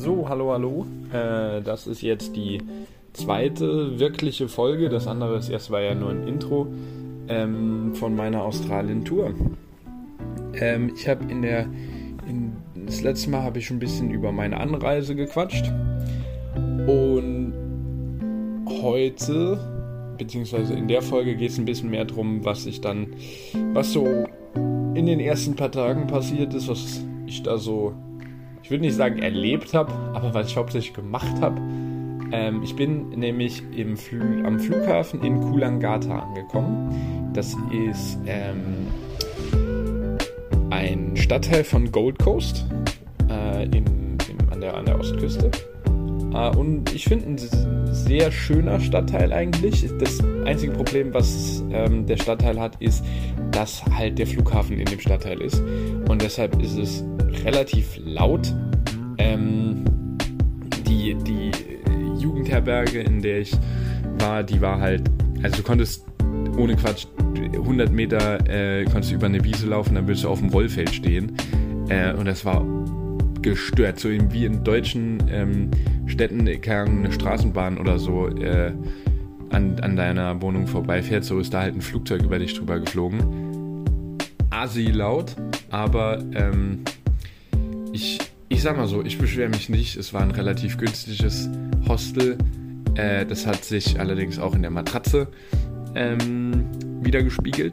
So, hallo, hallo. Das ist jetzt die zweite wirkliche Folge. Das andere, das erste war ja nur ein Intro von meiner Australien-Tour. Ich habe das letzte Mal habe ich schon ein bisschen über meine Anreise gequatscht. Und heute, beziehungsweise in der Folge, geht es ein bisschen mehr darum, was so in den ersten paar Tagen passiert ist, was ich da so, ich würde nicht sagen erlebt habe, aber was ich hauptsächlich gemacht habe. Ich bin nämlich am Flughafen in Coolangatta angekommen. Das ist ein Stadtteil von Gold Coast an der Ostküste. Und ich finde, ein sehr schöner Stadtteil eigentlich. Das einzige Problem, was der Stadtteil hat, ist, dass halt der Flughafen in dem Stadtteil ist. Und deshalb ist es relativ laut. Die Jugendherberge, in der ich war, die war halt, also du konntest ohne Quatsch 100 Meter konntest du über eine Wiese laufen, dann würdest du auf dem Rollfeld stehen. Und das war gestört, so wie in deutschen Städten eine Straßenbahn oder so an deiner Wohnung vorbeifährt, so ist da halt ein Flugzeug über dich drüber geflogen. Asi laut, aber ich sag mal so, ich beschwere mich nicht, es war ein relativ günstiges Hostel, das hat sich allerdings auch in der Matratze wieder gespiegelt.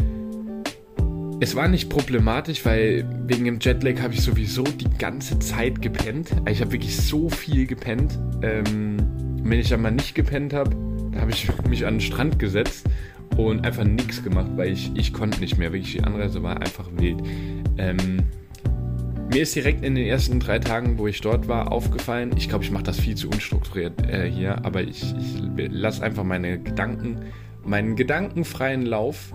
Es war nicht problematisch, weil wegen dem Jetlag habe ich sowieso die ganze Zeit gepennt. Ich habe wirklich so viel gepennt. Wenn ich dann mal nicht gepennt habe, da habe ich mich an den Strand gesetzt und einfach nichts gemacht, weil ich konnte nicht mehr. Wirklich, die Anreise war einfach wild. Mir ist direkt in den ersten 3 Tagen, wo ich dort war, aufgefallen, ich glaube, ich mache das viel zu unstrukturiert hier, aber ich lasse einfach meinen gedankenfreien Lauf.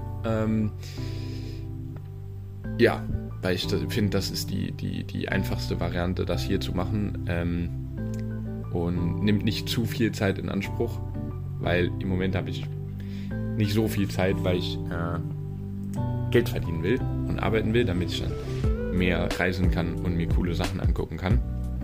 Ja, weil ich finde, das ist die einfachste Variante, das hier zu machen, und nimmt nicht zu viel Zeit in Anspruch, weil im Moment habe ich nicht so viel Zeit, weil ich Geld verdienen will und arbeiten will, damit ich dann mehr reisen kann und mir coole Sachen angucken kann.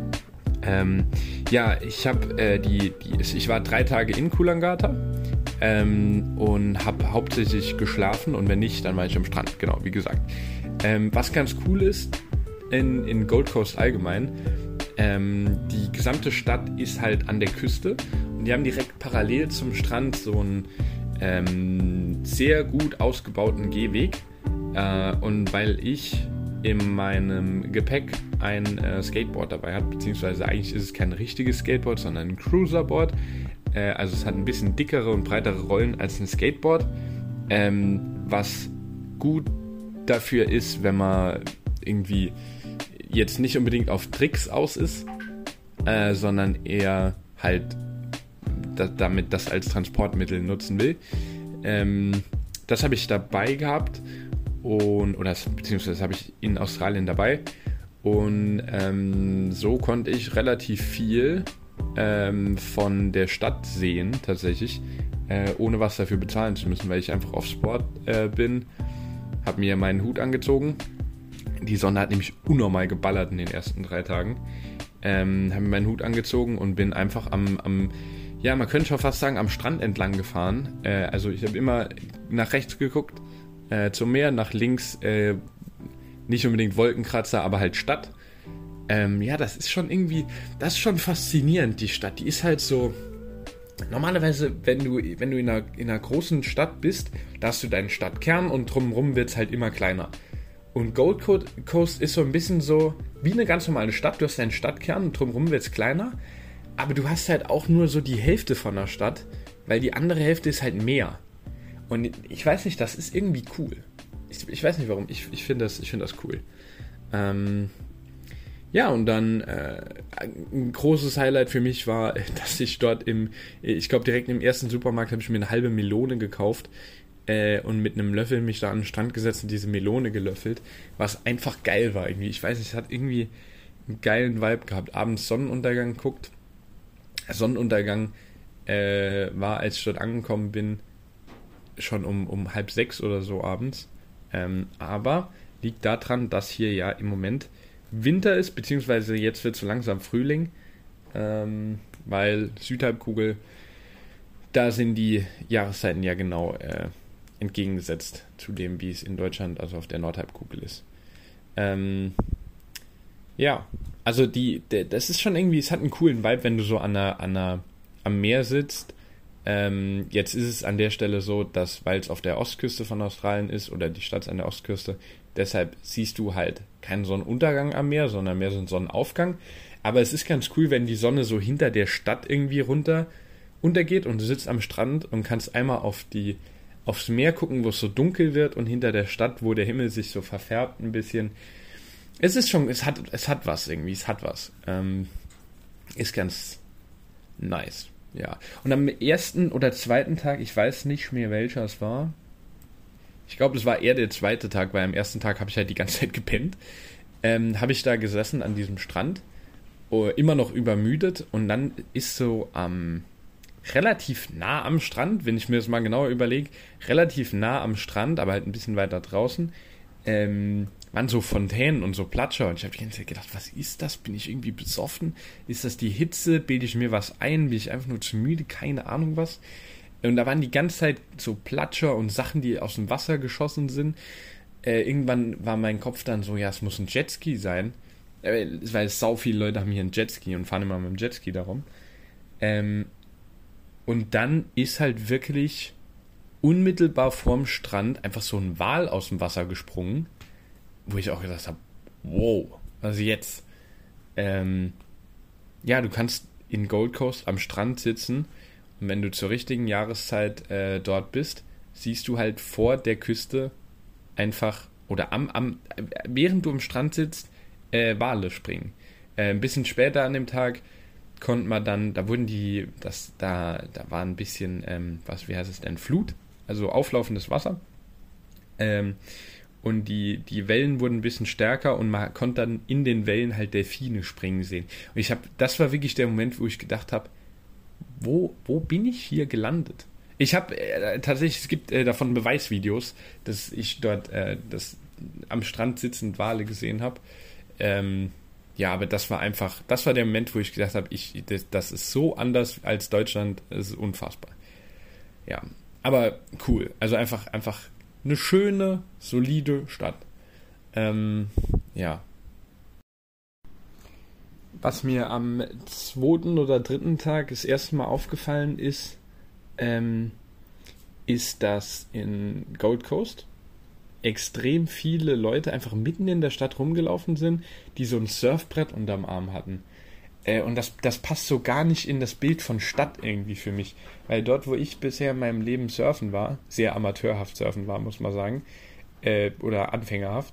Ich war 3 Tage in Coolangatta und habe hauptsächlich geschlafen, und wenn nicht, dann war ich am Strand, genau, wie gesagt. Was ganz cool ist in Gold Coast allgemein, die gesamte Stadt ist halt an der Küste und die haben direkt parallel zum Strand so einen sehr gut ausgebauten Gehweg, und weil ich in meinem Gepäck ein Skateboard dabei habe, beziehungsweise eigentlich ist es kein richtiges Skateboard, sondern ein Cruiserboard, also es hat ein bisschen dickere und breitere Rollen als ein Skateboard, was gut dafür ist, wenn man irgendwie jetzt nicht unbedingt auf Tricks aus ist, sondern eher halt damit das als Transportmittel nutzen will. Das habe ich dabei gehabt beziehungsweise habe ich in Australien dabei, und so konnte ich relativ viel von der Stadt sehen, tatsächlich, ohne was dafür bezahlen zu müssen, weil ich einfach auf Sport bin. Habe mir meinen Hut angezogen. Die Sonne hat nämlich unnormal geballert in den ersten 3 Tagen. Habe mir meinen Hut angezogen und bin einfach man könnte schon fast sagen, am Strand entlang gefahren. Also ich habe immer nach rechts geguckt, zum Meer, nach links, nicht unbedingt Wolkenkratzer, aber halt Stadt. Das ist schon faszinierend, die Stadt. Die ist halt so. Normalerweise, wenn du in einer großen Stadt bist, da hast du deinen Stadtkern und drumherum wird es halt immer kleiner. Und Gold Coast ist so ein bisschen so wie eine ganz normale Stadt. Du hast deinen Stadtkern und drumherum wird es kleiner, aber du hast halt auch nur so die Hälfte von der Stadt, weil die andere Hälfte ist halt Meer. Und ich weiß nicht, das ist irgendwie cool. Ich weiß nicht warum, ich finde das cool. Und dann ein großes Highlight für mich war, dass ich dort ich glaube direkt im ersten Supermarkt habe ich mir eine halbe Melone gekauft und mit einem Löffel mich da an den Strand gesetzt und diese Melone gelöffelt, was einfach geil war irgendwie. Ich weiß nicht, es hat irgendwie einen geilen Vibe gehabt. Abends Sonnenuntergang geguckt. Sonnenuntergang war, als ich dort angekommen bin, schon um 5:30 oder so abends. Aber liegt daran, dass hier ja im Moment Winter ist, beziehungsweise jetzt wird so langsam Frühling. weil Südhalbkugel, da sind die Jahreszeiten ja genau entgegengesetzt zu dem, wie es in Deutschland, also auf der Nordhalbkugel ist. Ja, also das ist schon irgendwie, es hat einen coolen Vibe, wenn du so am Meer sitzt. Jetzt ist es an der Stelle so, dass, weil es auf der Ostküste von Australien ist oder die Stadt ist an der Ostküste, deshalb siehst du halt keinen Sonnenuntergang am Meer, sondern mehr so einen Sonnenaufgang. Aber es ist ganz cool, wenn die Sonne so hinter der Stadt irgendwie untergeht und du sitzt am Strand und kannst einmal aufs Meer gucken, wo es so dunkel wird und hinter der Stadt, wo der Himmel sich so verfärbt ein bisschen. Es ist schon, es hat was irgendwie, es hat was. Ist ganz nice, ja. Und am ersten oder zweiten Tag, ich weiß nicht mehr welcher es war. Ich glaube, es war eher der zweite Tag, weil am ersten Tag habe ich halt die ganze Zeit gepennt. Habe ich da gesessen an diesem Strand, immer noch übermüdet und dann ist so relativ nah am Strand, wenn ich mir das mal genauer überlege, relativ nah am Strand, aber halt ein bisschen weiter draußen, waren so Fontänen und so Platscher und ich habe die ganze Zeit gedacht, was ist das? Bin ich irgendwie besoffen? Ist das die Hitze? Bilde ich mir was ein? Bin ich einfach nur zu müde? Keine Ahnung was. Und da waren die ganze Zeit so Platscher und Sachen, die aus dem Wasser geschossen sind. Irgendwann war mein Kopf dann so, ja, es muss ein Jetski sein. Weil sau viele Leute haben hier einen Jetski und fahren immer mit dem Jetski darum. Und dann ist halt wirklich unmittelbar vorm Strand einfach so ein Wal aus dem Wasser gesprungen, wo ich auch gedacht habe, wow, also jetzt. Ja, du kannst in Gold Coast am Strand sitzen und wenn du zur richtigen Jahreszeit dort bist, siehst du halt vor der Küste einfach, oder während du am Strand sitzt, Wale springen. Ein bisschen später an dem Tag konnte man dann, da war ein bisschen, wie heißt es denn, Flut, also auflaufendes Wasser. Und die Wellen wurden ein bisschen stärker und man konnte dann in den Wellen halt Delfine springen sehen. Und das war wirklich der Moment, wo ich gedacht habe, wo bin ich hier gelandet? Ich habe tatsächlich, es gibt davon Beweisvideos, dass ich dort am Strand sitzend Wale gesehen habe. Ja, aber das war der Moment, wo ich gedacht habe, das ist so anders als Deutschland, das ist unfassbar. Ja, aber cool. Also einfach eine schöne, solide Stadt. Ja. Was mir am zweiten oder dritten Tag das erste Mal aufgefallen ist, ist, dass in Gold Coast extrem viele Leute einfach mitten in der Stadt rumgelaufen sind, die so ein Surfbrett unterm Arm hatten. Und das passt so gar nicht in das Bild von Stadt irgendwie für mich. Weil dort, wo ich bisher in meinem Leben surfen war, sehr amateurhaft surfen war, muss man sagen, oder anfängerhaft,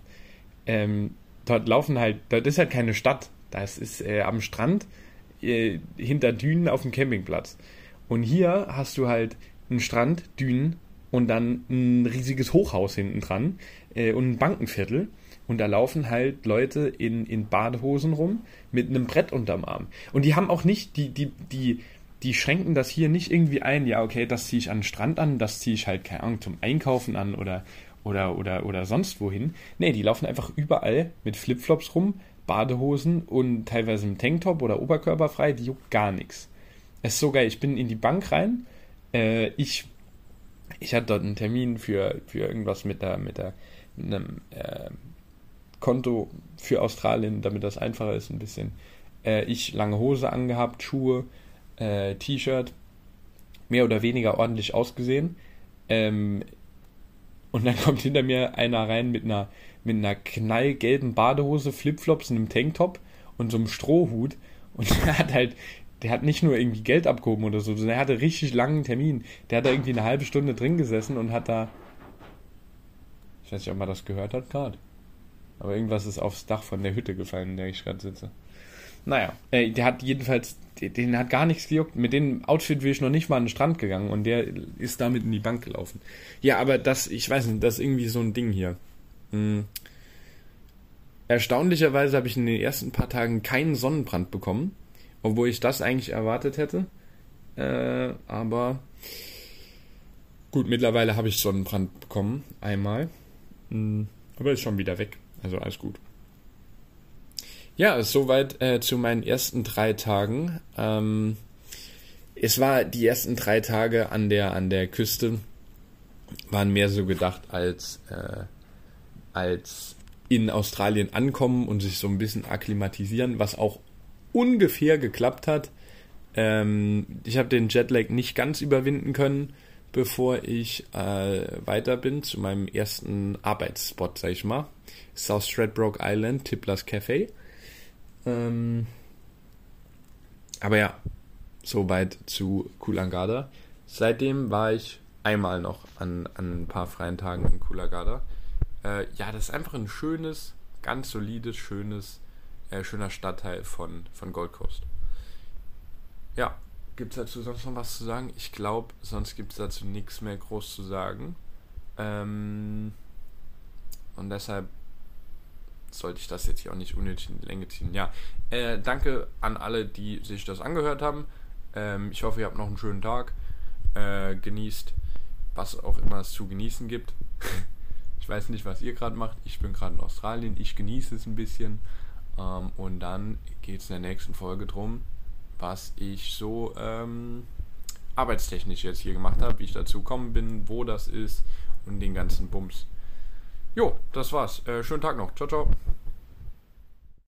dort ist halt keine Stadt. Das ist am Strand, hinter Dünen auf dem Campingplatz. Und hier hast du halt einen Strand, Dünen und dann ein riesiges Hochhaus hinten dran und ein Bankenviertel. Und da laufen halt Leute in Badehosen rum mit einem Brett unterm Arm. Und die haben auch nicht, die schränken das hier nicht irgendwie ein, ja, okay, das ziehe ich an den Strand an, das ziehe ich halt, keine Ahnung, zum Einkaufen an oder sonst wohin. Nee, die laufen einfach überall mit Flipflops rum, Badehosen und teilweise im Tanktop oder oberkörperfrei, die juckt gar nichts. Es ist so geil, ich bin in die Bank rein, ich hatte dort einen Termin für irgendwas mit einem Konto für Australien, damit das einfacher ist ein bisschen. Ich lange Hose angehabt, Schuhe, T-Shirt, mehr oder weniger ordentlich ausgesehen. Und dann kommt hinter mir einer rein mit einer knallgelben Badehose, Flipflops, einem Tanktop und so einem Strohhut. Und der hat nicht nur irgendwie Geld abgehoben oder so, sondern er hatte richtig langen Termin. Der hat da irgendwie eine halbe Stunde drin gesessen und hat da, ich weiß nicht, ob man das gehört hat gerade, aber irgendwas ist aufs Dach von der Hütte gefallen, in der ich gerade sitze. Naja, der hat jedenfalls, den hat gar nichts gejuckt. Mit dem Outfit bin ich noch nicht mal an den Strand gegangen und der ist damit in die Bank gelaufen. Ja, aber ich weiß nicht, das ist irgendwie so ein Ding hier. Erstaunlicherweise habe ich in den ersten paar Tagen keinen Sonnenbrand bekommen, obwohl ich das eigentlich erwartet hätte. Aber gut, mittlerweile habe ich Sonnenbrand bekommen, einmal. Aber ist schon wieder weg, also alles gut. Ja, soweit zu meinen ersten 3 Tagen. Es war die ersten 3 Tage an der Küste, waren mehr so gedacht als in Australien ankommen und sich so ein bisschen akklimatisieren, was auch ungefähr geklappt hat. Ich habe den Jetlag nicht ganz überwinden können, bevor ich weiter bin zu meinem ersten Arbeitsspot, sag ich mal. South Stradbroke Island, Tipler's Cafe. Aber ja, soweit zu Coolangatta. Seitdem war ich einmal noch an ein paar freien Tagen in Coolangatta. Ja, das ist einfach ein schönes, ganz solides, schöner Stadtteil von Gold Coast. Ja, gibt es dazu sonst noch was zu sagen? Ich glaube, sonst gibt es dazu nichts mehr groß zu sagen. Und deshalb sollte ich das jetzt hier auch nicht unnötig in die Länge ziehen. Ja, danke an alle, die sich das angehört haben. Ich hoffe, ihr habt noch einen schönen Tag. Genießt, was auch immer es zu genießen gibt. Ich weiß nicht, was ihr gerade macht. Ich bin gerade in Australien. Ich genieße es ein bisschen. Und dann geht es in der nächsten Folge drum, was ich so arbeitstechnisch jetzt hier gemacht habe, wie ich dazu gekommen bin, wo das ist und den ganzen Bums. Jo, das war's. Schönen Tag noch. Ciao, ciao.